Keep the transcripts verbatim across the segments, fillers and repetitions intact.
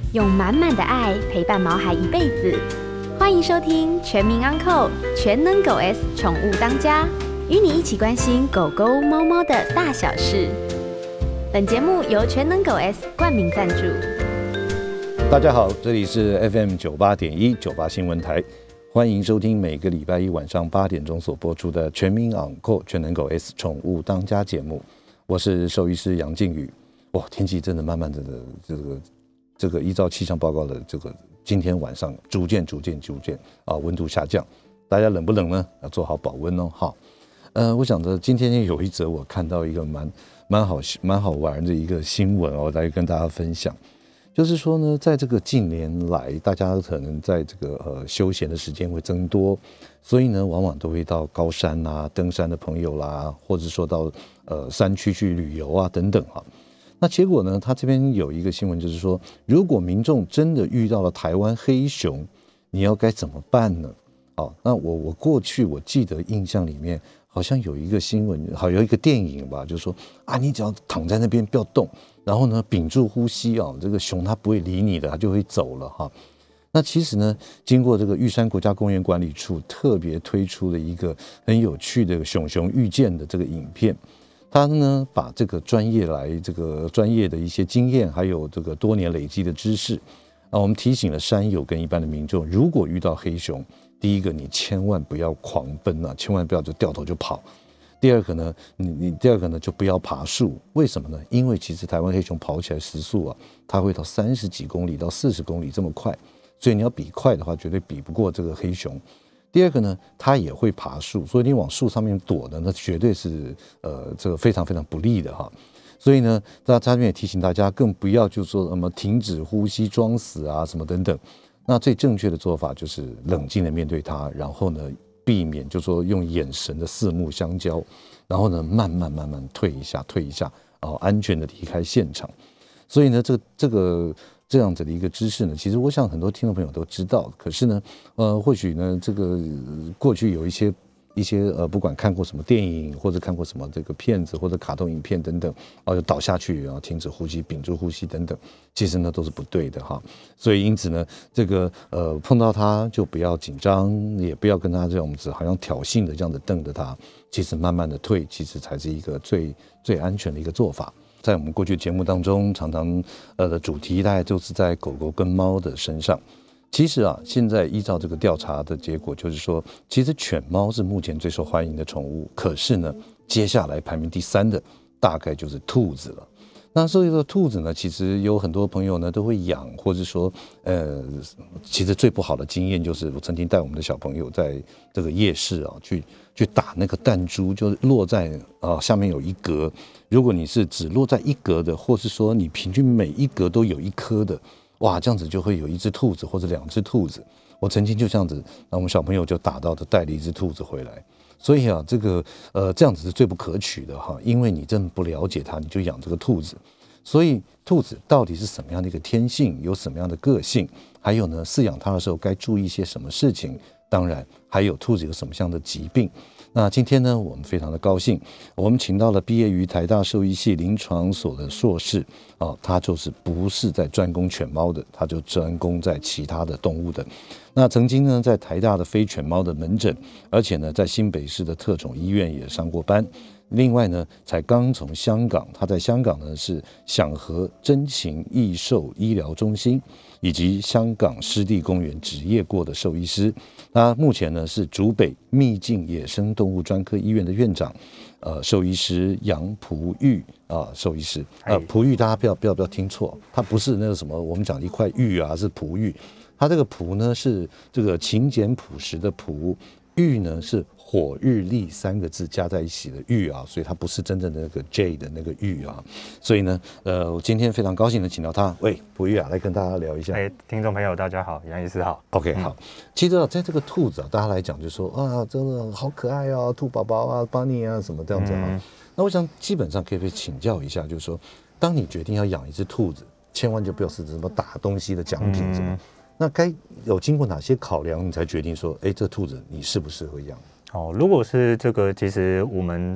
用满满的爱陪伴毛孩一辈子。欢迎收听全民安扣全能狗 S 宠物当家，与你一起关心狗狗、猫猫的大小事。本节目由全能狗 S 冠名赞助。 大家好，这里是 F M 九八点一九八新闻台，欢迎收听每个礼拜一晚上八点钟所播出的全民昂扣全能狗 S 宠物当家节目。我是兽医师杨靖宇。哇，天气真的慢慢的这个这个依照气象报告的这个今天晚上逐渐逐渐逐渐啊温度下降，大家冷不冷呢？要做好保温哦。好，呃，我想着今天有一则我看到一个蛮蛮好蛮好玩的一个新闻哦，来跟大家分享。就是说呢，在这个近年来，大家可能在这个呃休闲的时间会增多，所以呢，往往都会到高山啊、登山的朋友啦，或者说到呃山区去旅游啊等等哈。那结果呢，他这边有一个新闻，就是说，如果民众真的遇到了台湾黑熊，你要该怎么办呢？好，那我我过去我记得印象里面好像有一个新闻，好有一个电影吧，就是说啊，你只要躺在那边不要动，然后呢屏住呼吸啊，这个熊它不会理你的，它就会走了哈。那其实呢，经过这个玉山国家公园管理处特别推出了一个很有趣的熊熊遇见的这个影片。他呢，把这个专业来这个专业的一些经验，还有这个多年累积的知识，啊，我们提醒了山友跟一般的民众，如果遇到黑熊，第一个你千万不要狂奔啊，千万不要就掉头就跑。第二个呢，你你第二个呢就不要爬树，为什么呢？因为其实台湾黑熊跑起来时速啊，它会到三十几公里到四十公里这么快，所以你要比快的话，绝对比不过这个黑熊。第二个呢，它也会爬树，所以你往树上面躲的，那绝对是呃这个非常非常不利的哈。所以呢，在这边也提醒大家，更不要就说什么停止呼吸、装死啊什么等等。那最正确的做法就是冷静的面对它，然后呢，避免就说用眼神的四目相交，然后呢，慢慢慢慢退一下，退一下，然后安全的离开现场。所以呢，这个这个。这样子的一个知识呢，其实我想很多听众朋友都知道，可是呢，呃，或许呢，这个过去有一些一些呃，不管看过什么电影，或者看过什么这个片子或者卡通影片等等，啊，就倒下去啊，停止呼吸、屏住呼吸等等，其实呢都是不对的哈。所以因此呢，这个呃碰到他就不要紧张，也不要跟他这种子好像挑衅的这样子瞪着他，其实慢慢的退，其实才是一个最最安全的一个做法。在我们过去节目当中，常常呃的主题大概就是在狗狗跟猫的身上。其实啊，现在依照这个调查的结果，就是说，其实犬猫是目前最受欢迎的宠物。可是呢，接下来排名第三的大概就是兔子了。那所以说兔子呢，其实有很多朋友呢都会养，或者说，呃，其实最不好的经验就是我曾经带我们的小朋友在这个夜市啊去去打那个弹珠，就落在啊、呃、下面有一格，如果你是只落在一格的，或是说你平均每一格都有一颗的，哇，这样子就会有一只兔子或者两只兔子。我曾经就这样子，那我们小朋友就打到的带了一只兔子回来。所以啊，这个呃这样子是最不可取的哈，因为你真的不了解它，你就养这个兔子。所以兔子到底是什么样的一个天性，有什么样的个性，还有呢，饲养它的时候该注意一些什么事情，当然还有兔子有什么样的疾病。那今天呢，我们非常的高兴，我们请到了毕业于台大兽医系临床所的硕士啊，他就是不是在专攻犬猫的，他就专攻在其他的动物的。那曾经呢，在台大的非犬猫的门诊，而且呢，在新北市的特宠医院也上过班。另外呢，才刚从香港，他在香港呢是享和真情益寿医疗中心以及香港湿地公园执业过的兽医师。他目前呢是竹北秘境野生动物专科医院的院长，呃，兽医师杨璞玉啊，兽医师。呃，璞玉大家不要不要不要听错，他不是那个什么我们讲的一块玉啊，是璞玉。他这个璞呢是这个勤俭朴实的朴，玉呢是火日丽三个字加在一起的玉啊，所以它不是真正的那个 J 的那个玉啊。所以呢，呃，我今天非常高兴的请到他，喂，璞玉啊，来跟大家聊一下。 哎，听众朋友大家好，杨医师好。 OK， 好。其实啊，在这个兔子啊，大家来讲就说啊，真的好可爱啊，兔宝宝啊 ，Bunny 啊，什么这样子啊。嗯、那我想基本上可以请教一下，就是说，当你决定要养一只兔子，千万就不要是什么打东西的奖品什么。嗯那该有经过哪些考量，你才决定说，哎，这兔子你适不适合养？ 哦，如果是这个，其实我们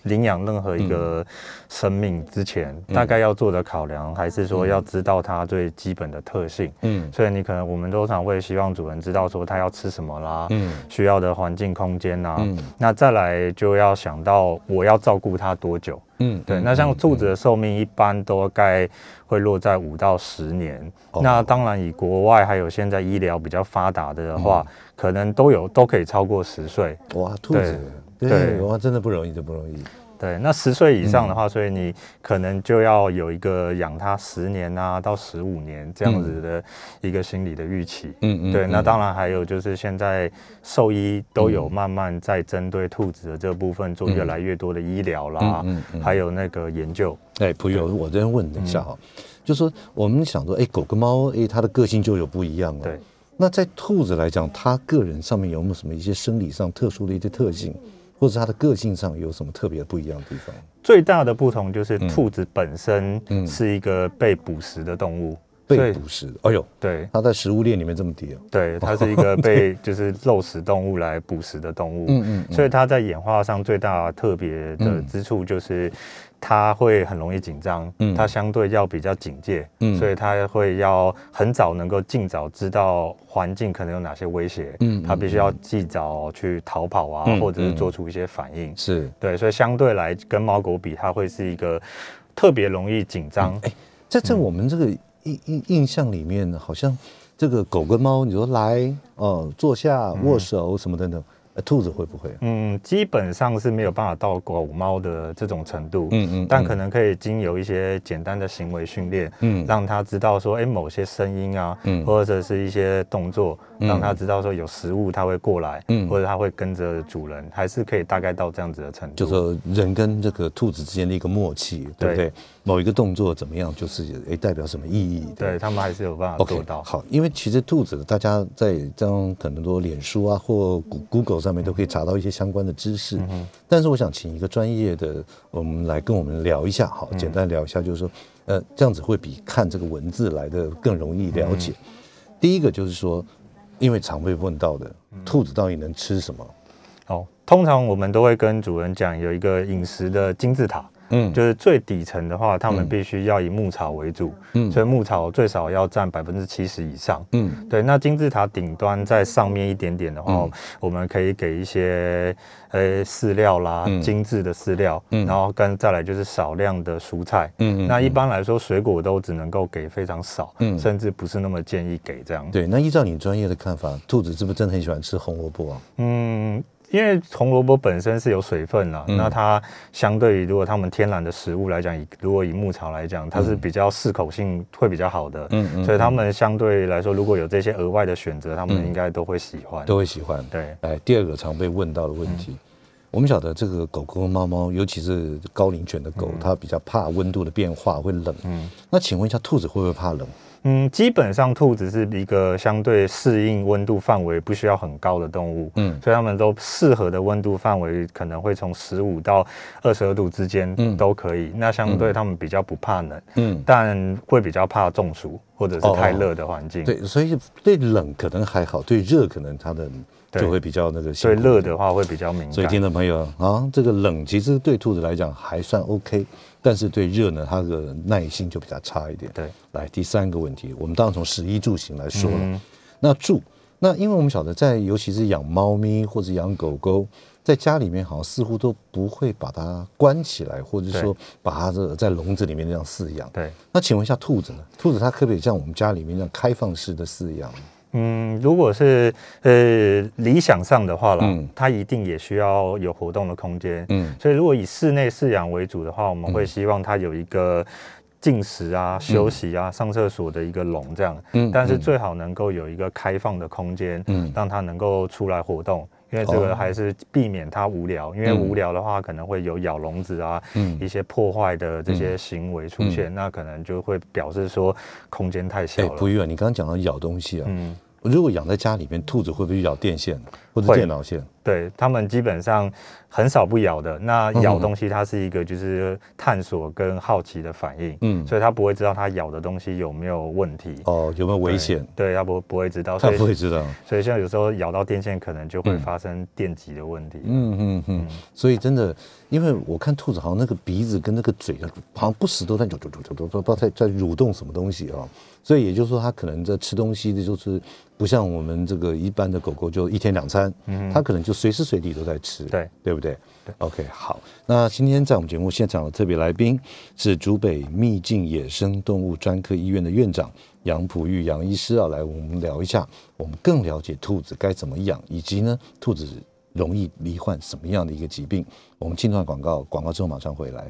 领养任何一个生命之前，嗯、大概要做的考量，还是说要知道它最基本的特性。嗯，所以你可能我们通常会希望主人知道说它要吃什么啦，嗯，需要的环境空间啊，嗯，那再来就要想到我要照顾它多久。嗯，对，那像兔子的寿命一般都大概会落在五到十年。哦、那当然，以国外还有现在医疗比较发达的话，嗯、可能都有都可以超过十岁。 哇，兔子，对，对哇，真的不容易，真不容易。 对，那十岁以上的话，嗯、所以你可能就要有一个养它十年啊到十五年这样子的一个心理的预期。嗯嗯。对，那当然还有就是现在兽医都有慢慢在针对兔子的这部分做越来越多的医疗啦，嗯嗯嗯、还有那个研究。 哎，朋友，我这边问一下哈，嗯、就说我们想说，哎，狗跟猫，哎，它的个性就有不一样了。 对。 那在兔子来讲，它个人上面有没有什么一些生理上特殊的一些特性？或者它的个性上有什么特别不一样的地方？ 最大的不同就是兔子本身是一个被捕食的动物， 嗯、被捕食。哎呦， 对， 它在食物链里面这么低哦。 对，它是一个被就是肉食动物来捕食的动物。嗯嗯嗯所以它在演化上最大特别的之处就是它会很容易紧张，嗯、它相对要比较警戒，嗯、所以它会要很早能够尽早知道环境可能有哪些威胁，嗯、它必须要尽早去逃跑啊，嗯、或者是做出一些反应。 是对， 所以相对来跟猫狗比，它会是一个特别容易紧张。哎、嗯， 在在我们这个印印印象里面，好像这个狗跟猫，你说来哦、呃、坐下握手什么等等。兔子会不会？ 嗯，基本上是没有办法到狗猫的这种程度，嗯 嗯, 嗯，但可能可以经由一些简单的行为训练，嗯，让它知道说，哎、欸，某些声音啊，嗯，或者是一些动作，嗯、让它知道说有食物它会过来，嗯，或者它会跟着主人，还是可以大概到这样子的程度。 就说人跟这个兔子之间的一个默契，对不对？对某一个动作怎么样，就是哎、欸、代表什么意义？ 对, 对他们还是有办法做到。 Okay, 好，因为其实兔子大家在这样可能多脸书啊或 Google 上面都可以查到一些相关的知识，嗯、但是我想请一个专业的我们来跟我们聊一下，好，简单聊一下，就是说，呃，这样子会比看这个文字来的更容易了解。嗯、第一个就是说，因为常被问到的，兔子到底能吃什么？ 哦，通常我们都会跟主人讲有一个饮食的金字塔。嗯，就是最底层的话，他们必须要以牧草为主，嗯，所以牧草最少要占百分之七十以上，嗯，对。那金字塔顶端在上面一点点的话，嗯、我们可以给一些呃饲料啦，嗯、精致的饲料，嗯，然后跟再来就是少量的蔬菜，嗯，那一般来说水果都只能够给非常少，嗯，甚至不是那么建议给这样。 对，那依照你专业的看法，兔子是不是真的很喜欢吃红萝卜啊？ 嗯。因为红萝卜本身是有水分啦，嗯、那它相对于如果它们天然的食物来讲，以如果以牧草来讲，它是比较适口性会比较好的，嗯嗯，所以它们相对来说，如果有这些额外的选择，它们应该都会喜欢， 都会喜欢。 对， 哎，第二个常被问到的问题，嗯、我们晓得这个狗狗、猫猫，尤其是高龄犬的狗，嗯、它比较怕温度的变化，会冷。嗯，那请问一下，兔子会不会怕冷？ 嗯，基本上兔子是一个相对适应温度范围不需要很高的动物，嗯，所以它们都适合的温度范围可能会从十五到二十二度之间都可以。嗯、那相对它们比较不怕冷，嗯，但会比较怕中暑或者是太热的环境。 哦、对，所以对冷可能还好，对热可能它的就会比较那个辛苦。 对热的话会比较敏感。 所以听众朋友啊，这个冷其实对兔子来讲还算 OK。但是对热呢，它的耐性就比较差一点。 对， 来第三个问题，我们当然从食衣住行来说了。嗯、那住，那因为我们晓得在，尤其是养猫咪或者养狗狗，在家里面好像似乎都不会把它关起来，或者说把它在笼子里面这样饲养。 对， 那请问一下兔子呢？兔子它可不可以像我们家里面这样开放式的饲养？ 嗯，如果是呃理想上的话啦，嗯、它一定也需要有活动的空间。嗯，所以如果以室内饲养为主的话，我们会希望它有一个进食啊、休息啊、嗯、上厕所的一个笼这样。嗯，但是最好能够有一个开放的空间，嗯，让它能够出来活动。因为这个还是避免它无聊，哦、因为无聊的话可能会有咬笼子啊，嗯、一些破坏的这些行为出现，嗯、那可能就会表示说空间太小了。 哎，不一样，你刚刚讲到咬东西啊，嗯，如果养在家里面，兔子会不会咬电线或者电脑线？ 对，它们基本上很少不咬的。那咬东西，它是一个就是探索跟好奇的反应，嗯，所以它不会知道它咬的东西有没有问题， 哦，有没有危险？ 对，它不不会知道， 它不会知道。 所以像有时候咬到电线，可能就会发生电击的问题。 嗯嗯嗯。所以真的，因为我看兔子好像那个鼻子跟那个嘴，好像不时都在啾啾啾啾啾，不知道在在蠕动什么东西啊。所以也就是说，它可能在吃东西的，就是不像我们这个一般的狗狗，就一天两餐，嗯，它可能就随时随地都在吃， 对， 对不对？对 ，OK， 好。那今天在我们节目现场的特别来宾是竹北秘境野生动物专科医院的院长杨璞玉杨医师啊，来我们聊一下，我们更了解兔子该怎么养，以及呢，兔子容易罹患什么样的一个疾病。我们进段广告，广告之后马上回来。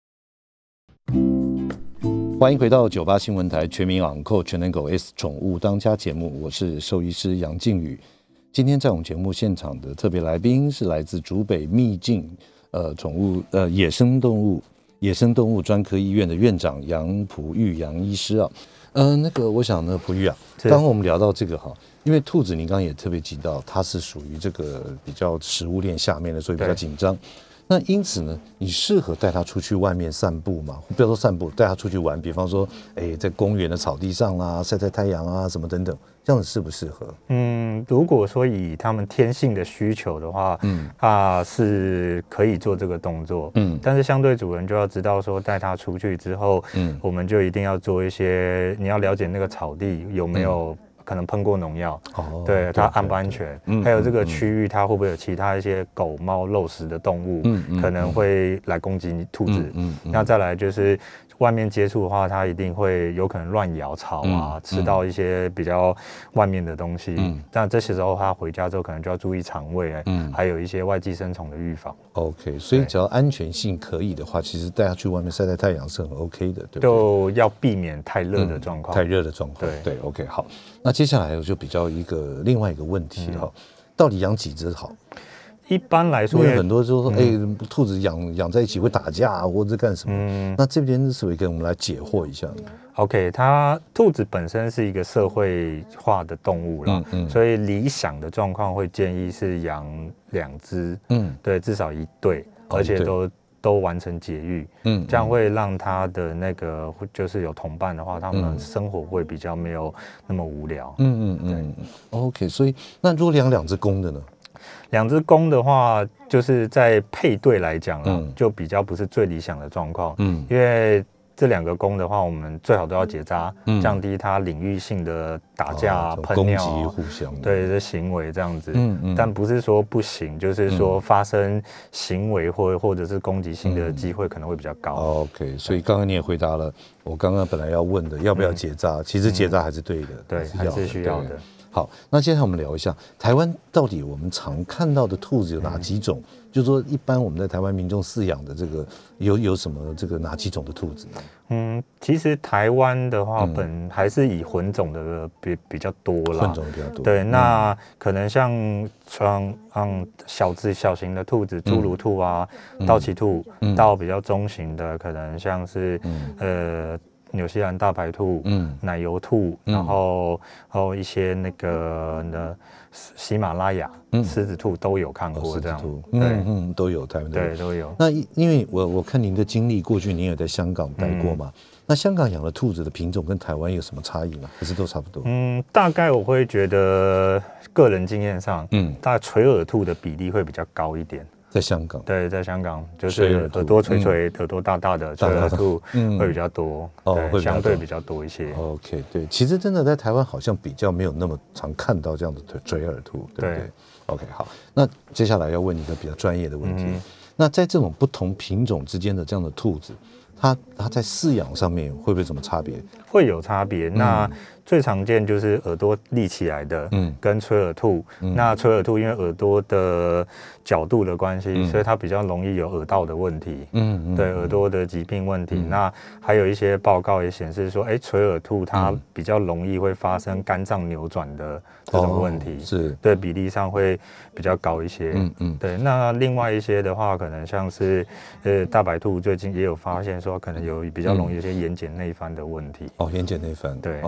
欢迎回到九八新闻台全民昂扣全能狗 S 宠物当家节目，我是兽医师杨靖宇。今天在我们节目现场的特别来宾是来自竹北秘境呃宠物呃野生动物野生动物专科医院的院长杨璞玉杨医师啊。呃，那个我想呢，璞玉啊，刚刚我们聊到这个哈，因为兔子您刚刚也特别提到，它是属于这个比较食物链下面的，所以比较紧张。那因此呢，你适合带它出去外面散步吗？不要说散步，带它出去玩，比方说，哎，在公园的草地上啦，晒晒太阳啊，什么等等，这样子适不适合？ 嗯，如果说以他们天性的需求的话，嗯啊，是可以做这个动作，嗯，但是相对主人就要知道说，带它出去之后，嗯，我们就一定要做一些，你要了解那个草地有没有、嗯。可能喷过农药，哦，对它安不安全？嗯，还有这个区域它会不会有其他一些狗猫肉食的动物，嗯，可能会来攻击兔子。嗯，那再来就是外面接触的话，它一定会有可能乱咬草啊，吃到一些比较外面的东西。嗯，那这些时候它回家之后可能就要注意肠胃，嗯，还有一些外寄生虫的预防。 OK， 所以只要安全性可以的话，其实带它去外面晒晒太阳是很 OK 的，对不对？ 就要避免太热的状况。 太热的状况，对对 ，OK， 好。那接下来就比较一个另外一个问题哈，嗯、到底养几只好？ 一般来说， 因为很多就说，哎、嗯欸，兔子养养在一起会打架、啊、或者干什么？嗯，那这边是不是跟我们来解惑一下呢 ？OK， 它兔子本身是一个社会化的动物啦，嗯嗯，所以理想的状况会建议是养两只，嗯，对，至少一对，而且都。都完成节育，嗯，这样会让他的那个就是有同伴的话，他们生活会比较没有那么无聊。嗯嗯嗯 ，OK， 所以那如果养两只公的呢？ 两只公的话，就是在配对来讲啊，嗯、就比较不是最理想的状况。嗯，因为这两个公的话，我们最好都要结扎，嗯、降低它领域性的打架、喷、哦、尿、 攻击互相对这行为这样子。嗯嗯，但不是说不行，就是说发生行为或或者是攻击性的机会可能会比较高。 嗯、OK， 所以刚刚你也回答了我刚刚本来要问的，要不要结扎？嗯、其实结扎还是对的， 嗯、对，还是需要的。 好，那接下来我们聊一下台湾到底我们常看到的兔子有哪几种？嗯、就是说一般我们在台湾民众饲养的这个有有什么这个哪几种的兔子呢？ 嗯，其实台湾的话，本还是以混种的比比较多啦， 混种比较多。 对，那、嗯、可能像像嗯小只小型的兔子，侏儒兔啊、嗯、道奇兔，嗯、到比较中型的，可能像是、嗯、呃。纽西兰大白兔、嗯、奶油兔，嗯、然后还有一些那个呢喜马拉雅、嗯、狮子兔都有看过这样， 哦、对，嗯嗯，都有台湾对都有。 那因为我我看您的经历，过去您也在香港待过嘛，嗯、那香港养的兔子的品种跟台湾有什么差异吗？还是都差不多？ 嗯，大概我会觉得个人经验上，嗯，大概垂耳兔的比例会比较高一点。 在香港， 对，在香港就是耳朵垂垂、嗯、耳朵大大的垂耳兔会比较多，嗯、哦，会相对比较多一些。 OK， 对，其实真的在台湾好像比较没有那么常看到这样的垂耳兔，对不对？对 OK， 好，那接下来要问一个比较专业的问题，嗯、那在这种不同品种之间的这样的兔子，它它在饲养上面会不会有什么差别？ 会有差别。那、嗯最常见就是耳朵立起来的，嗯，跟垂耳兔。嗯、那垂耳兔因为耳朵的角度的关系，嗯、所以它比较容易有耳道的问题，嗯，对，耳朵的疾病问题。嗯、那还有一些报告也显示说，哎、欸，垂耳兔它比较容易会发生肝脏扭转的这种问题，哦、是对比例上会比较高一些。嗯嗯，对。那另外一些的话，可能像是呃大白兔最近也有发现说，可能有比较容易有些眼睑内翻的问题。 哦，眼睑内翻， 对。 啊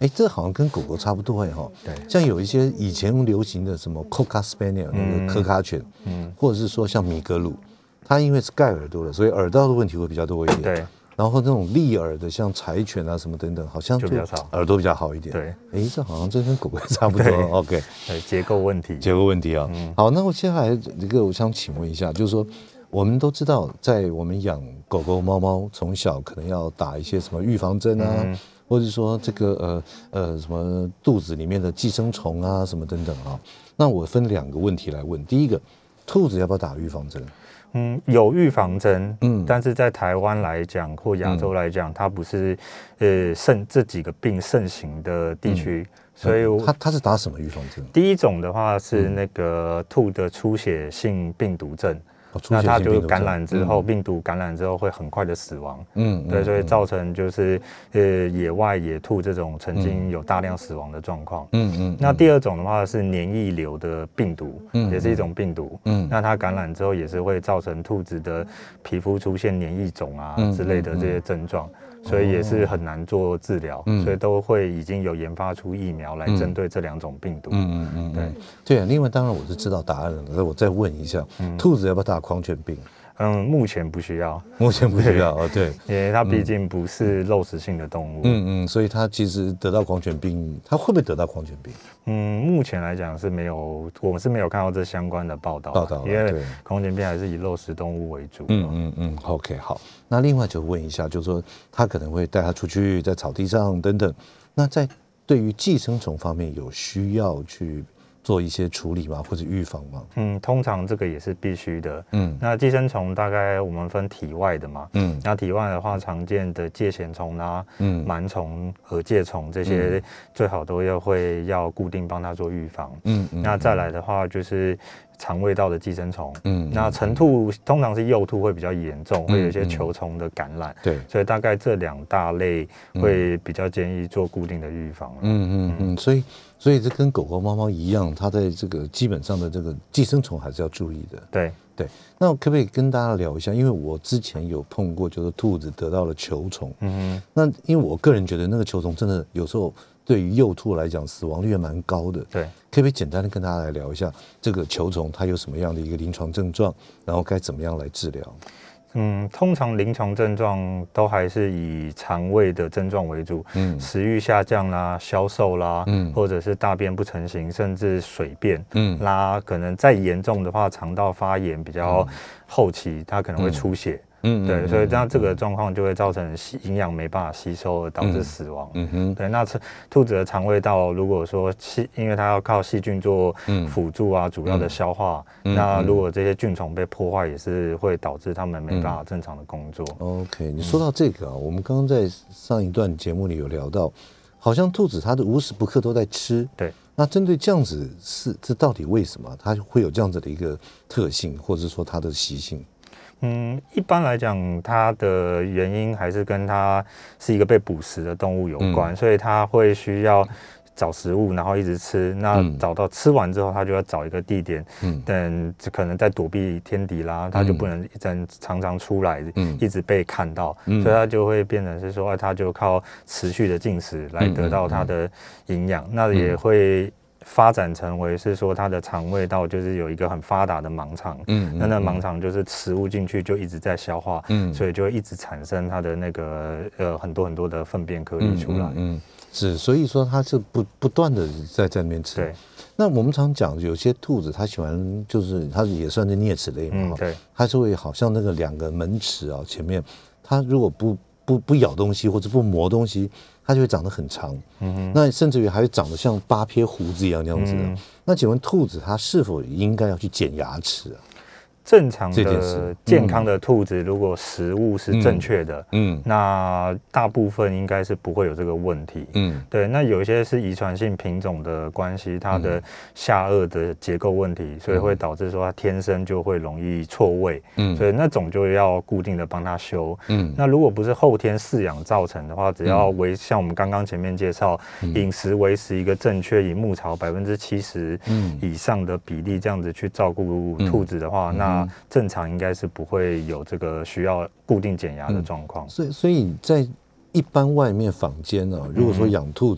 哎，这好像跟狗狗差不多哎哈。对，像有一些以前流行的什么 Cocker Spaniel 那个科卡犬，嗯，或者是说像米格鲁，它因为是盖耳朵的，所以耳道的问题会比较多一点。对。然后那种立耳的，像柴犬啊什么等等，好像就耳朵比较好一点。对，哎，这好像真跟狗狗差不多。OK， 对，结构问题， 结构问题啊。嗯、好，那我接下来这个，我想请问一下，就是说，我们都知道，在我们养狗狗、猫猫，从小可能要打一些什么预防针啊，嗯、或者说这个呃呃什么肚子里面的寄生虫啊什么等等啊。那我分两个问题来问，第一个，兔子要不要打预防针？ 嗯，有预防针，嗯，但是在台湾来讲或亚洲来讲，嗯、它不是呃盛这几个病盛行的地区，嗯、所以它它是打什么预防针？ 第一种的话是那个兔的出血性病毒症。那它就感染之后，嗯、病毒感染之后会很快的死亡，嗯，对，所以造成就是呃野外野兔这种曾经有大量死亡的状况，嗯嗯。那第二种的话是黏液瘤的病毒，嗯，也是一种病毒，嗯，那它感染之后也是会造成兔子的皮肤出现黏液肿啊之类的这些症状。所以也是很难做治疗，嗯、所以都会已经有研发出疫苗来针对这两种病毒。嗯嗯嗯， 对对啊。另外，当然我是知道答案了，所以我再问一下，嗯、兔子要不要打狂犬病？ 嗯，目前不需要， 目前不需要哦，对， 因为它毕竟不是肉食性的动物。 嗯嗯，所以它其实得到狂犬病，它会不会得到狂犬病？ 嗯，目前来讲是没有，我们是没有看到这相关的报道，报道，因为狂犬病还是以肉食动物为主。 嗯嗯嗯 ，OK， 好。那另外就问一下，就是说它可能会带它出去，在草地上等等。那在对于寄生虫方面，有需要去做一些处理吗，或者预防吗？ 嗯，通常这个也是必须的。嗯，那寄生虫大概我们分体外的嘛。嗯，那体外的话，常见的疥藓虫啊、嗯、螨虫、耳疥虫这些，最好都要会要固定帮它做预防。嗯，嗯那再来的话就是肠胃道的寄生虫。嗯，那成兔通常是幼兔会比较严重，嗯、会有一些球虫的感染。对、嗯，所以大概这两大类会比较建议做固定的预防。 嗯嗯嗯，所以。所以这跟狗狗、猫猫一样，它在这个基本上的这个寄生虫还是要注意的。 对对，那可不可以跟大家聊一下？因为我之前有碰过，就是兔子得到了球虫。嗯哼。那因为我个人觉得那个球虫真的有时候对于幼兔来讲死亡率也蛮高的。对，可不可以简单的跟大家来聊一下这个球虫它有什么样的一个临床症状，然后该怎么样来治疗？ 嗯，通常临床症状都还是以肠胃的症状为主，嗯，食欲下降啦、消瘦啦，嗯，或者是大便不成形，甚至水便，嗯，拉可能再严重的话，肠道发炎比较后期，它可能会出血。嗯，对，所以这样这个状况就会造成营养没办法吸收，而导致死亡。嗯哼，对，那兔子的肠胃道如果说细，因为它要靠细菌做辅助啊，主要的消化，那如果这些菌虫被破坏，也是会导致它们没办法正常的工作。 OK， 你说到这个啊，我们刚刚在上一段节目里有聊到，好像兔子它的无时不刻都在吃。对。那针对这样子是这到底为什么它会有这样子的一个特性，或者说它的习性？ 嗯，一般来讲，它的原因还是跟它是一个被捕食的动物有关，嗯、所以它会需要找食物，然后一直吃。那找到吃完之后，它就要找一个地点，嗯，等可能在躲避天敌啦，它就不能一直常常出来，嗯，一直被看到，嗯、所以它就会变成是说，它就靠持续的进食来得到它的营养，嗯、那也会。发展成为是说它的肠胃道就是有一个很发达的盲肠，嗯，那那盲肠就是食物进去就一直在消化，嗯，所以就会一直产生它的那个呃很多很多的粪便颗粒出来，嗯， 嗯是，所以说它是不不断的在在那边吃。对，那我们常讲有些兔子它喜欢就是它也算是啮齿类嘛，嗯，对，它是会好像那个两个门齿啊前面，它如果不不不咬东西或者不磨东西。它就会长得很长，嗯、那甚至于还会长得像八撇胡子一样那样子的。嗯、那请问兔子它是否应该要去剪牙齿啊？ 正常的健康的兔子，如果食物是正确的，嗯，那大部分应该是不会有这个问题，嗯，对。那有一些是遗传性品种的关系，它的下颚的结构问题，所以会导致说它天生就会容易错位，嗯，所以那种就要固定的帮它修，嗯。那如果不是后天饲养造成的话，只要维像我们刚刚前面介绍，饮食维持一个正确，以牧草百分之七十以上的比例这样子去照顾兔子的话，那正常应该是不会有这个需要固定剪牙的状况， 嗯，所以所以在一般外面坊间啊，如果说养兔子，嗯、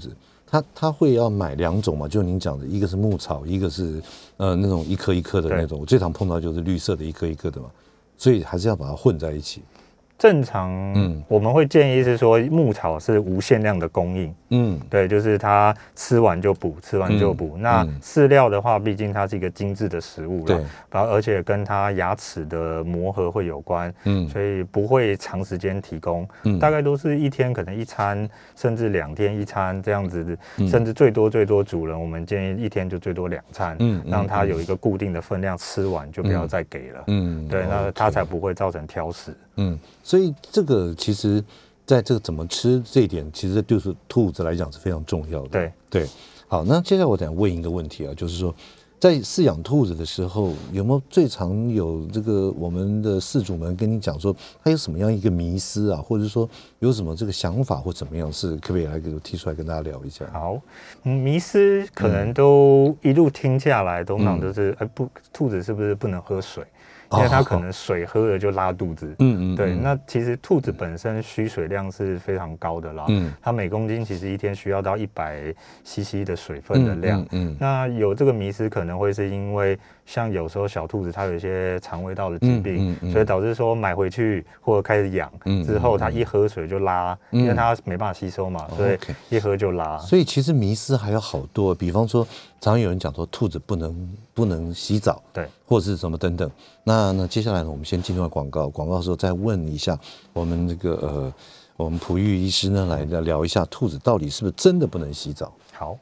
他他会要买两种嘛？就您讲的，一个是牧草，一个是呃那种一颗一颗的那种。我最常碰到就是绿色的一颗一颗的嘛，所以还是要把它混在一起。 正常，嗯，我们会建议是说牧草是无限量的供应，嗯，对，就是它吃完就补，吃完就补。嗯、那饲料的话，毕竟它是一个精致的食物了，对，而且跟它牙齿的磨合会有关，嗯，所以不会长时间提供，嗯，大概都是一天可能一餐，甚至两天一餐这样子，嗯、甚至最多最多主人我们建议一天就最多两餐，嗯，让它有一个固定的分量，吃完就不要再给了，嗯，对，那它才不会造成挑食， 嗯。所以这个其实，在这个怎么吃这一点，其实就是兔子来讲是非常重要的。 对对，好，那接下来我想问一个问题啊，就是说，在饲养兔子的时候，有没有最常有这个我们的饲主们跟你讲说，他有什么样一个迷思啊，或者说有什么这个想法或怎么样，是可不可以来给我提出来跟大家聊一下？ 好，嗯，迷思可能都一路听下来，通常都是，哎、嗯，不，兔子是不是不能喝水？因为它可能水喝了就拉肚子，嗯嗯，对。那其实兔子本身需水量是非常高的啦，嗯，它每公斤其实一天需要到一百 C C 的水分的量，嗯，嗯嗯那有这个迷思可能会是因为像有时候小兔子它有一些肠胃道的疾病，嗯嗯嗯、所以导致说买回去或者开始养之后，它一喝水就拉，嗯、因为它没办法吸收嘛，所以一喝就拉。 所以其实迷思还有好多，比方说常常有人讲说兔子不能不能洗澡， 对， 或者是什么等等。那那接下来呢，我们先进入广告，广告的时候再问一下我们这个呃，我们璞玉医师呢来聊一下兔子到底是不是真的不能洗澡。 好，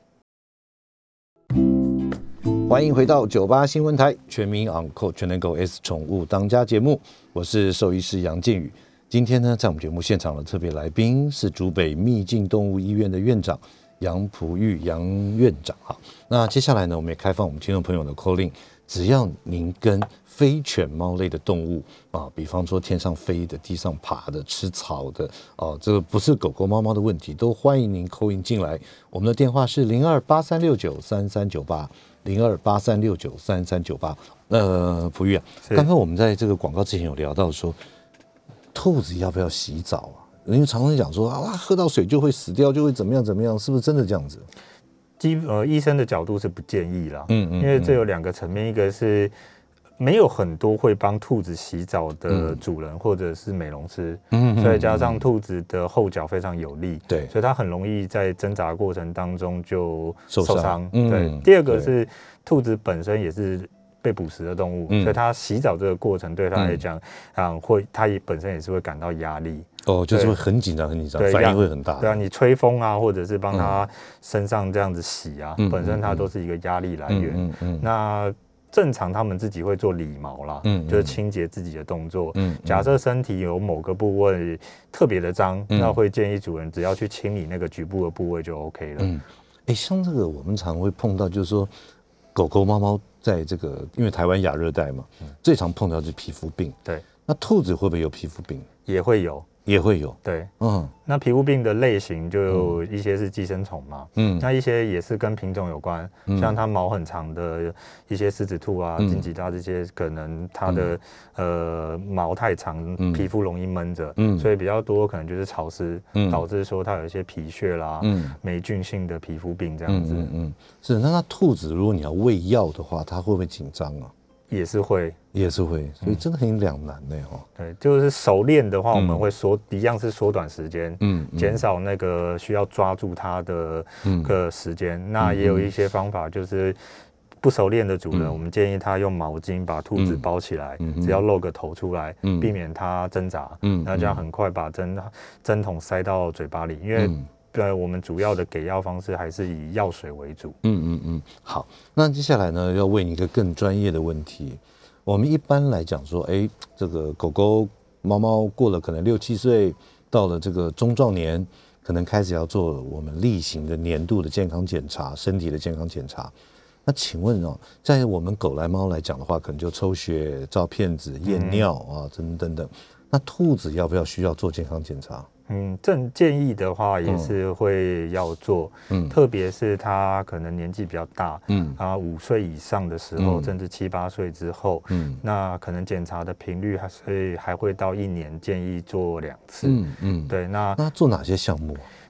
欢迎回到九八新闻台全民昂扣全能狗 S 宠物当家节目，我是兽医师杨建宇。今天呢，在我们节目现场的特别来宾是竹北秘境动物医院的院长杨璞玉杨院长哈。那接下来呢，我们也开放我们听众朋友的 call in， 只要您跟非犬猫类的动物啊，比方说天上飞的、地上爬的、吃草的哦，这个不是狗狗、猫猫的问题，都欢迎您 call in 进来。我们的电话是零二八三六九三三九八，零二八三六九三三九八。呃，璞玉啊，刚刚我们在这个广告之前有聊到说，兔子要不要洗澡啊？因为常常讲说啊，喝到水就会死掉，就会怎么样怎么样，是不是真的这样子？ 基呃，医生的角度是不建议啦，嗯嗯，因为这有两个层面，一个是没有很多会帮兔子洗澡的主人或者是美容师，嗯，所以加上兔子的后脚非常有力，对，所以它很容易在挣扎过程当中就受伤。嗯、对，第二个是兔子本身也是被捕食的动物，嗯、所以它洗澡这个过程对它来讲，嗯，会它也本身也是会感到压力。 哦，就是会很紧张，很紧张，反应会很大。 对啊，你吹风啊，或者是帮它身上这样子洗啊，嗯、本身它都是一个压力来源。嗯嗯嗯、那正常他们自己会做理毛啦，嗯、就是清洁自己的动作。嗯、假设身体有某个部位特别的脏，嗯、那会建议主人只要去清理那个局部的部位就 OK 了。嗯， 哎，像这个我们常会碰到，就是说狗狗、猫猫在这个，因为台湾亚热带嘛，嗯、最常碰到就是皮肤病。 对， 那兔子会不会有皮肤病？ 也会有。 也会有， 对，嗯，那皮肤病的类型就有一些是寄生虫嘛，嗯，那一些也是跟品种有关，嗯、像它毛很长的一些狮子兔啊、金吉拉这些，可能它的、嗯、呃毛太长，嗯、皮肤容易闷着，嗯，所以比较多可能就是潮湿，嗯、导致说它有一些皮屑啦，嗯，霉菌性的皮肤病这样子，嗯 嗯, 嗯， 是。那它兔子如果你要喂药的话，它会不会紧张啊？ 也是会， 也是会，所以真的很两难呢，哈。 对，就是熟练的话，我们会缩，一样是缩短时间，嗯，减少那个需要抓住它的个时间。那也有一些方法，就是不熟练的主人，我们建议他用毛巾把兔子包起来，只要露个头出来，避免它挣扎，嗯，那这样很快把针针筒塞到嘴巴里，因为。对，我们主要的给药方式还是以药水为主。 嗯嗯嗯，好，那接下来呢，要问你一个更专业的问题。我们一般来讲说，哎，这个狗狗、猫猫过了可能六七岁，到了这个中壮年，可能开始要做我们例行的年度的健康检查，身体的健康检查。那请问哦，在我们狗来猫来讲的话，可能就抽血、照片子、验尿啊，等等等。那兔子要不要需要做健康检查？ 嗯，正建议的话也是会要做，嗯，特别是他可能年纪比较大，嗯，啊五岁以上的时候，嗯、甚至七八岁之后，嗯，那可能检查的频率还是还会到一年，建议做两次，嗯嗯，对，那那做哪些项目？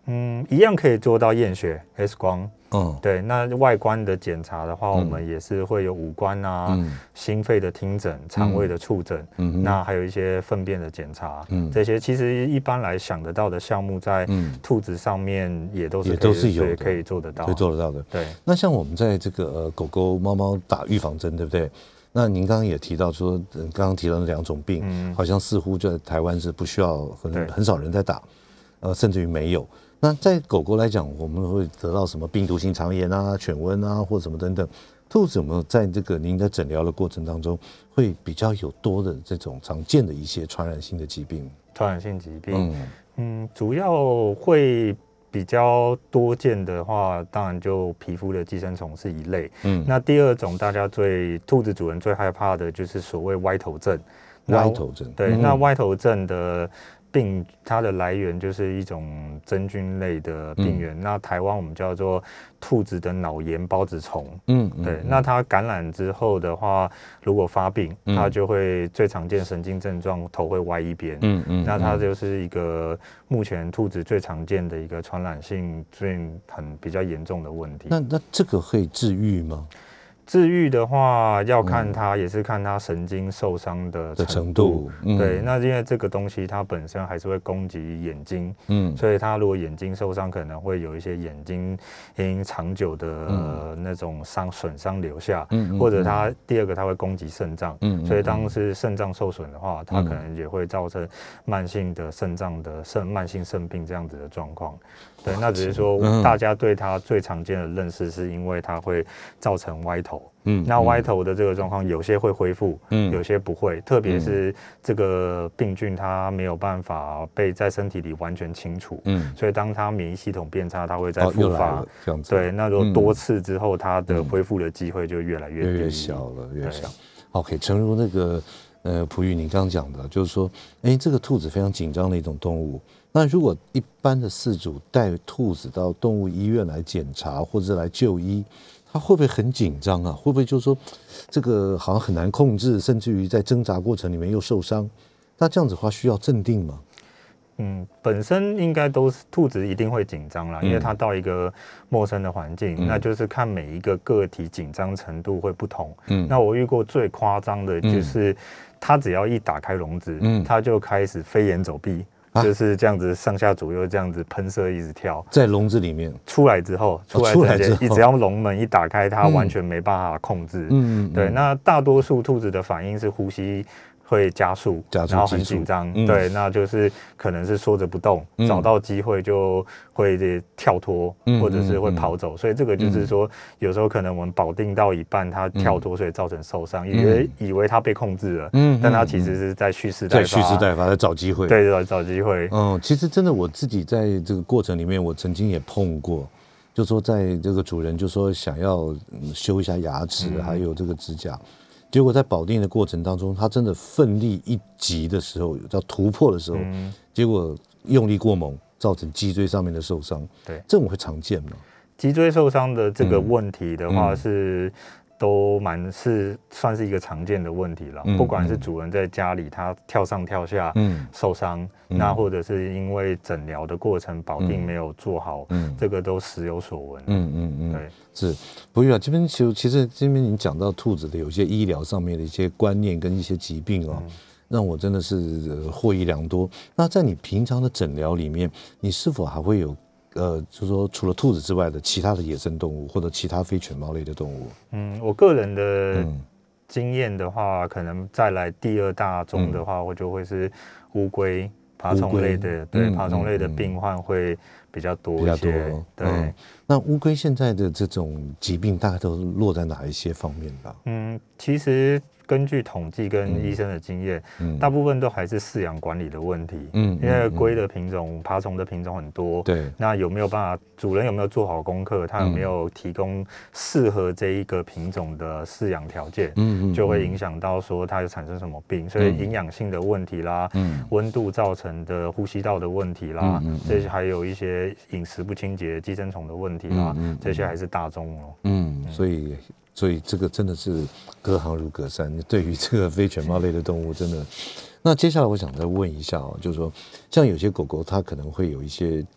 嗯，一样可以做到验血 X 光。 嗯， 对，那外观的检查的话，嗯、我们也是会有五官啊、嗯、心肺的听诊、肠胃的触诊，嗯，那还有一些粪便的检查，嗯，这些其实一般来想得到的项目，在兔子上面也都是也都是有的， 可以做得到， 可以做得到的。 对， 那像我们在这个呃狗狗、猫猫打预防针，对不对？那您刚刚也提到说，刚刚提到的两种病，嗯，好像似乎在台湾是不需要很很少人在打，呃，甚至于没有。那在狗狗来讲，我们会得到什么病毒性肠炎啊、犬瘟啊，或什么等等。兔子有没有在这个您的诊疗的过程当中，会比较有多的这种常见的一些传染性的疾病？ 传染性疾病，嗯, 嗯主要会比较多见的话，当然就皮肤的寄生虫是一类。嗯，那第二种大家最兔子主人最害怕的就是所谓歪头症。 歪头症， 对，嗯、那歪头症的病它的来源就是一种真菌类的病原，嗯、那台湾我们叫做兔子的脑炎孢子虫。嗯，对，嗯、那它感染之后的话，如果发病，嗯、它就会最常见神经症状，头会歪一边。嗯嗯，那它就是一个目前兔子最常见的一个传染性最很比较严重的问题。 那那这个可以治愈吗？ 治愈的话，要看它，嗯、也是看它神经受伤的程度。程度嗯、对，那因为这个东西它本身还是会攻击眼睛，嗯，所以它如果眼睛受伤，可能会有一些眼睛因长久的、嗯呃、那种伤损伤留下，嗯、或者它第二个它会攻击肾脏，嗯、所以当是肾脏受损的话，它可能也会造成慢性的肾脏的肾慢性肾病这样子的状况。对，那只是说大家对它最常见的认识是因为它会造成歪头。嗯，那歪头的这个状况有些会恢复，嗯，有些不会，特别是这个病菌它没有办法被在身体里完全清除，嗯，所以当它免疫系统变差，它会再复发，哦、这样子。对，那如果多次之后，它的恢复的机会就越来越低， 越越小了，越小。OK， 诚如那个呃璞玉你刚刚讲的，就是说，哎，这个兔子非常紧张的一种动物。那如果一般的饲主带兔子到动物医院来检查或者来就医，他会不会很紧张啊？会不会就是说这个好像很难控制，甚至于在挣扎过程里面又受伤？那这样子的话需要镇定吗？ 嗯，本身应该都是兔子一定会紧张啦，因为它到一个陌生的环境，嗯、那就是看每一个个体紧张程度会不同。嗯，那我遇过最夸张的就是，它只要一打开笼子，嗯，它就开始飞檐走壁。就是这样子上下左右这样子喷射一直跳， 在笼子里面出来之后，出来之后，你只要笼门一打开，它完全没办法控制。嗯，对。那大多数兔子的反应是呼吸会加速， 加速然后很紧张。嗯、对，那就是可能是缩着不动，嗯、找到机会就会跳脱，嗯、或者是会跑走。嗯、所以这个就是说，有时候可能我们保定到一半，它跳脱，所以造成受伤，以为、嗯、以为它被控制了，嗯，但它其实是在蓄势待发， 在蓄势待发，在找机会。 对，在找机会。 嗯，其实真的我自己在这个过程里面，我曾经也碰过。就说在这个主人就说想要修一下牙齿，嗯、还有这个指甲。结果在保定的过程当中，他真的奋力一击的时候，要突破的时候，嗯、结果用力过猛，造成脊椎上面的受伤。 对， 这种会常见吗？ 脊椎受伤的这个问题的话是。嗯嗯都蛮是算是一个常见的问题了，嗯、不管是主人在家里他跳上跳下、嗯、受伤，嗯、那或者是因为诊疗的过程保定没有做好，嗯、这个都时有所闻。嗯嗯嗯，对， 是不会啊。这边其实其实这边你讲到兔子的有些医疗上面的一些观念跟一些疾病哦，嗯、让我真的是获益良多。那在你平常的诊疗里面，你是否还会有？呃，就是说，除了兔子之外的其他的野生动物或者其他非犬猫类的动物， 嗯，我个人的经验的话，嗯、可能再来第二大宗的话，我、嗯、就会是乌龟、爬虫类的，对，嗯、爬虫类的病患会比较多一些。比较多，对。嗯、 那乌龟现在的这种疾病大概都落在哪一些方面吧？ 嗯，其实。根据统计跟医生的经验，嗯、大部分都还是饲养管理的问题。嗯，因为龟的品种、爬虫的品种很多。 对， 那有没有办法？主人有没有做好功课？他有没有提供适合这一个品种的饲养条件？嗯嗯，就会影响到说它有产生什么病。所以营养性的问题啦，嗯，温度造成的呼吸道的问题啦，嗯嗯，这些还有一些饮食不清洁、寄生虫的问题啦，嗯嗯，这些还是大宗哦。 嗯，所以。所以这个真的是隔行如隔山，对于这个非犬猫类的动物，真的。那接下来我想再问一下哦，就是说，像有些狗狗它可能会有一些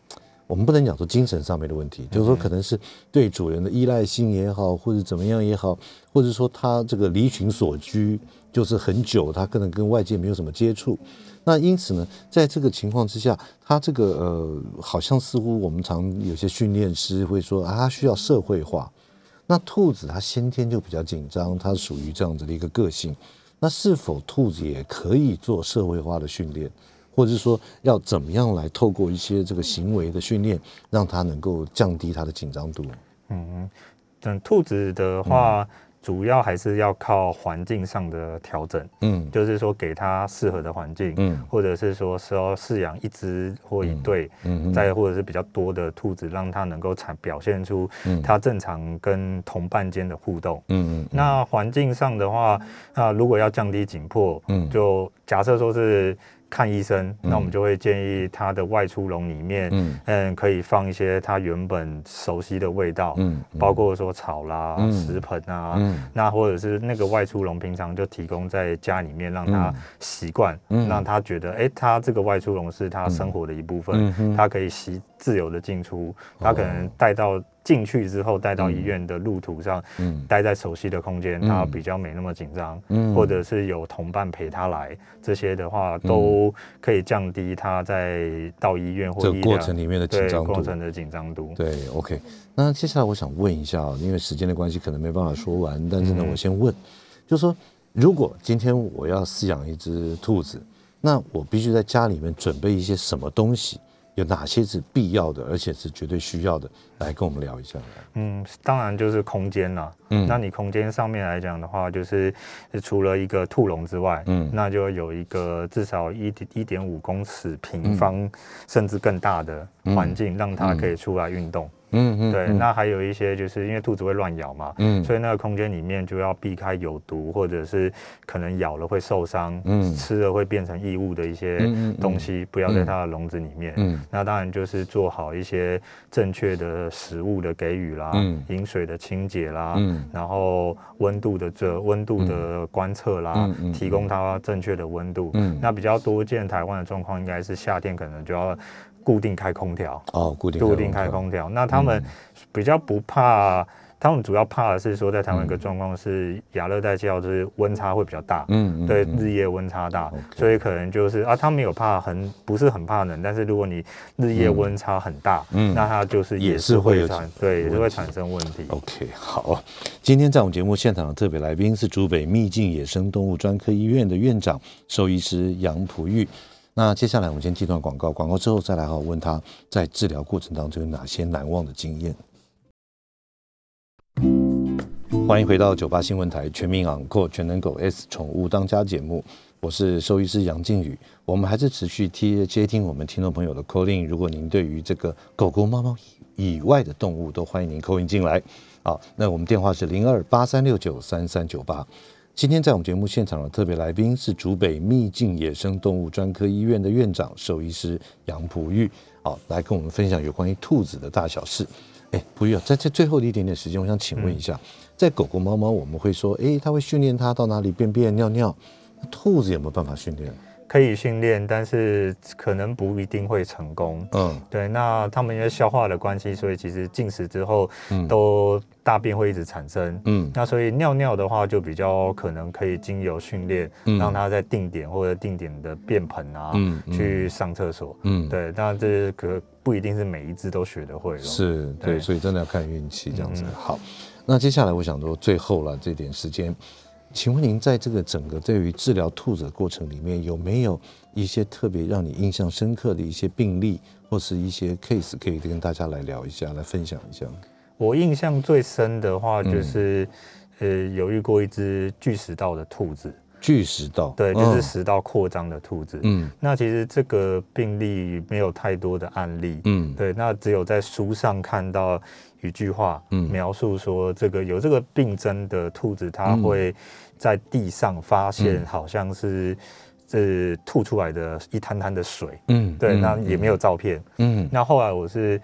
我们不能讲说精神上面的问题，就是说可能是对主人的依赖性也好，或者怎么样也好，或者说他这个离群所居就是很久，他可能跟外界没有什么接触。那因此呢，在这个情况之下，他这个呃，好像似乎我们常有些训练师会说啊，他需要社会化。那兔子它先天就比较紧张，它属于这样子的一个个性。那是否兔子也可以做社会化的训练？或者是说要怎么样来透过一些这个行为的训练，让它能够降低它的紧张度？ 嗯，等兔子的话，嗯、主要还是要靠环境上的调整。嗯，就是说给它适合的环境，嗯，或者是说说饲养一只或一对，嗯，再或者是比较多的兔子，让它能够产表现出它正常跟同伴间的互动。嗯嗯。那环境上的话，那如果要降低紧迫，嗯，就假设说是看医生，那我们就会建议他的外出笼里面，嗯, 嗯，可以放一些他原本熟悉的味道，嗯，包括说草啦、嗯、食盆啊，嗯，那或者是那个外出笼平常就提供在家里面，让他习惯，嗯，让他觉得，哎、欸，他这个外出笼是他生活的一部分，嗯、他可以习自由的进出，他可能带到。进去之后带到医院的路途上，嗯，待在熟悉的空间，他比较没那么紧张，嗯，或者是有同伴陪他来，这些的话都可以降低他在到医院或这个过程里面的紧张度， 过程的紧张度。 对 ，OK。那接下来我想问一下，因为时间的关系，可能没办法说完，但是呢，我先问，就是说，如果今天我要饲养一只兔子，那我必须在家里面准备一些什么东西？有哪些是必要的，而且是绝对需要的？来跟我们聊一下。 嗯，当然就是空间啦。嗯，那你空间上面来讲的话，就是除了一个兔笼之外，嗯，那就有一个至少一一点五公尺平方、嗯，甚至更大的环境，嗯、让它可以出来运动。嗯嗯，对，嗯、那还有一些就是因为兔子会乱咬嘛，嗯，所以那个空间里面就要避开有毒或者是可能咬了会受伤，嗯，吃了会变成异物的一些东西，嗯嗯嗯、不要在它的笼子里面。嗯，那当然就是做好一些正确的食物的给予啦，嗯，饮水的清洁啦，嗯，然后温度的这温度的观测啦，嗯嗯，提供它正确的温度。嗯，那比较多见台湾的状况应该是夏天可能就要。固定开空调哦，固定固定开空调。那他们比较不怕，嗯、他们主要怕的是说，在台湾一个状况是亚热带气候，就是温差会比较大，嗯，对，嗯、日夜温差大，嗯、所以可能就是啊，他们有怕很不是很怕冷，但是如果你日夜温差很大，嗯，那它就是也是会产对，也是会产生问题。 OK， 好，今天在我们节目现场的特别来宾是竹北秘境野生动物专科医院的院长兽医师杨璞玉。那接下来我们先记段广告，广告之后再来好好问他在治疗过程当中有哪些难忘的经验。欢迎回到九八新闻台全民昂扣全能狗 S 宠物当家节目，我是兽医师杨靖宇。我们还是持续接接听我们听众朋友的 call in， 如果您对于这个狗狗猫猫以外的动物都欢迎您 call in 进来。好，那我们电话是零二八三六九三三九八。今天在我们节目现场的特别来宾是竹北秘境野生动物专科医院的院长兽医师杨璞玉，好，来跟我们分享有关于兔子的大小事。哎，璞玉啊，在这最后的一点点时间，我想请问一下，嗯、在狗狗、猫猫，我们会说，哎，它会训练它到哪里便便、尿尿，兔子有没有办法训练？ 可以训练，但是可能不一定会成功。嗯，对，那他们因为消化的关系，所以其实进食之后，嗯，都大便会一直产生。嗯，那所以尿尿的话，就比较可能可以经由训练，嗯、让它在定点或者定点的便盆啊，嗯、去上厕所。嗯，对，那这可不一定是每一只都学得会了。 是，对，对，所以真的要看运气这样子。嗯、好，那接下来我想说，最后了这点时间。请问您在这个整个对于治疗兔子的过程里面，有没有一些特别让你印象深刻的一些病例，或是一些 case 可以跟大家来聊一下，来分享一下？ 我印象最深的话，就是、嗯、呃有遇过一只巨食道的兔子。 巨食道， 对，就是食道扩张的兔子。嗯，那其实这个病例没有太多的案例。嗯，对，那只有在书上看到一句话，嗯，描述说这个有这个病症的兔子，它会在地上发现好像是这吐出来的一滩滩的水。嗯，对，那也没有照片。嗯，那后来我是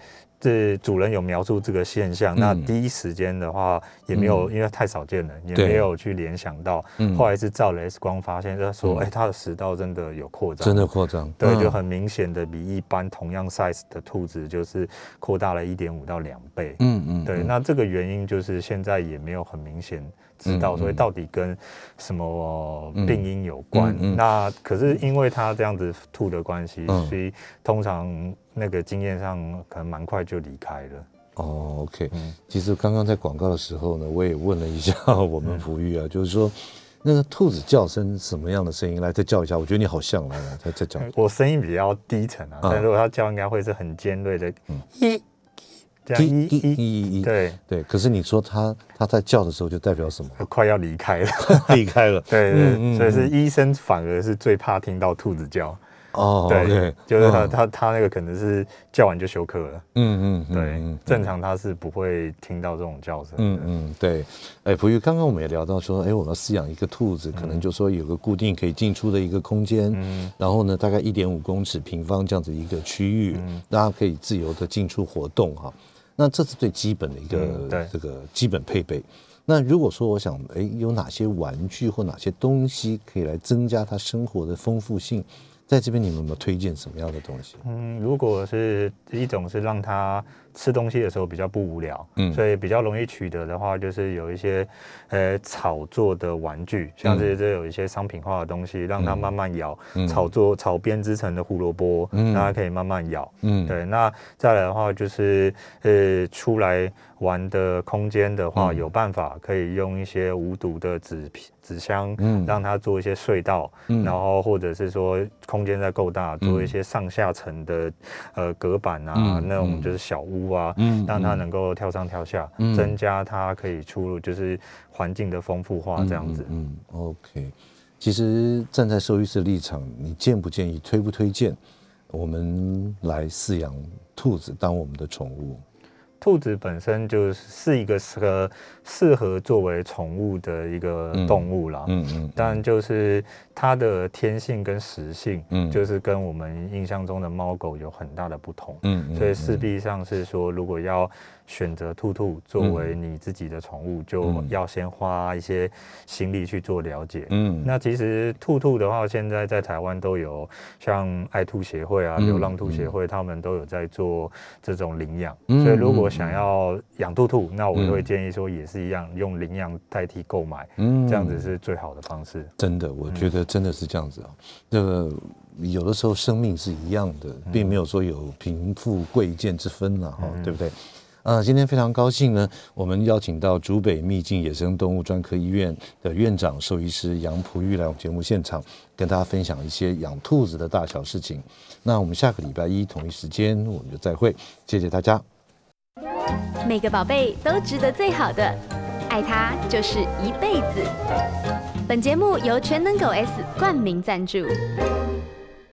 这主人有描述这个现象，嗯、那第一时间的话也没有，嗯、因为太少见了，也没有去联想到。嗯、后来是照了 X 光发现，他说，哎、嗯欸，它的食道真的有扩张， 真的扩张， 对，嗯、就很明显的比一般同样 size 的兔子就是扩大了一点五到两倍。嗯嗯，对，那这个原因就是现在也没有很明显知道，所以到底跟什么病因有关？嗯嗯、那可是因为它这样子吐的关系，嗯、所以通常那个经验上可能蛮快就离开了。 哦 ，OK，嗯，其实刚刚在广告的时候呢，我也问了一下我们福玉啊，嗯、就是说那个兔子叫声什么样的声音？来，再叫一下，我觉得你好像来来，再再叫。 我声音比较低沉啊，啊但如果它叫，应该会是很尖锐的，嗯，一，这样一一一，对对。可是你说它它在叫的时候，就代表什么？ 快要离开了， 离开了。 对对，嗯嗯、所以是医生反而是最怕听到兔子叫。 哦， 对， okay, 就是他、嗯、他他那个可能是叫完就休克了， 嗯嗯， 对， 嗯、 正常他是不会听到这种叫声， 嗯嗯，对，哎，福玉，刚刚我们也聊到说，哎，我们要饲养一个兔子，可能就说有个固定可以进出的一个空间，嗯，然后呢，大概一点五公尺平方这样子一个区域，嗯，大家可以自由的进出活动哈，那这是最基本的一个、嗯、这个基本配备。那如果说我想，哎，有哪些玩具或哪些东西可以来增加它生活的丰富性？在这边你们有没有推荐什么样的东西？ 嗯，如果是一种是让它吃东西的时候比较不无聊，嗯，所以比较容易取得的话，就是有一些呃草做的玩具，像是这有一些商品化的东西，让它慢慢咬，嗯、草做草编织成的胡萝卜，嗯，让它可以慢慢咬，嗯，对。那再来的话就是呃出来玩的空间的话，嗯、有办法可以用一些无毒的纸纸箱，嗯，让它做一些隧道，嗯，然后或者是说空间再够大，做一些上下层的呃隔板啊，嗯、那种就是小屋啊，嗯，让它能够跳上跳下，嗯、增加它可以出入，就是环境的丰富化这样子。 嗯, 嗯 ，OK。其实站在兽医师的立场，你建不建议、推不推荐我们来饲养兔子当我们的宠物？ 兔子本身就是一个适适合作为宠物的一个动物啦，嗯嗯，但就是它的天性跟食性，嗯，就是跟我们印象中的猫狗有很大的不同，嗯，所以势必上是说，如果要选择兔兔作为你自己的宠物，就要先花一些心力去做了解，嗯，那其实兔兔的话，现在在台湾都有像爱兔协会啊、流浪兔协会，他们都有在做这种领养，所以如果想要养兔兔，那我会建议说也是一样，用领养代替购买，嗯，这样子是最好的方式。 真的，我觉得真的是这样子啊。这个有的时候生命是一样的，并没有说有贫富贵贱之分啊，哈，对不对？呃，今天非常高兴呢，我们邀请到竹北秘境野生动物专科医院的院长兽医师杨璞玉来我们节目现场，跟大家分享一些养兔子的大小事情。那我们下个礼拜一同一时间我们就再会，谢谢大家。 每个宝贝都值得最好的，爱它就是一辈子。本节目由全能狗 S 冠名赞助。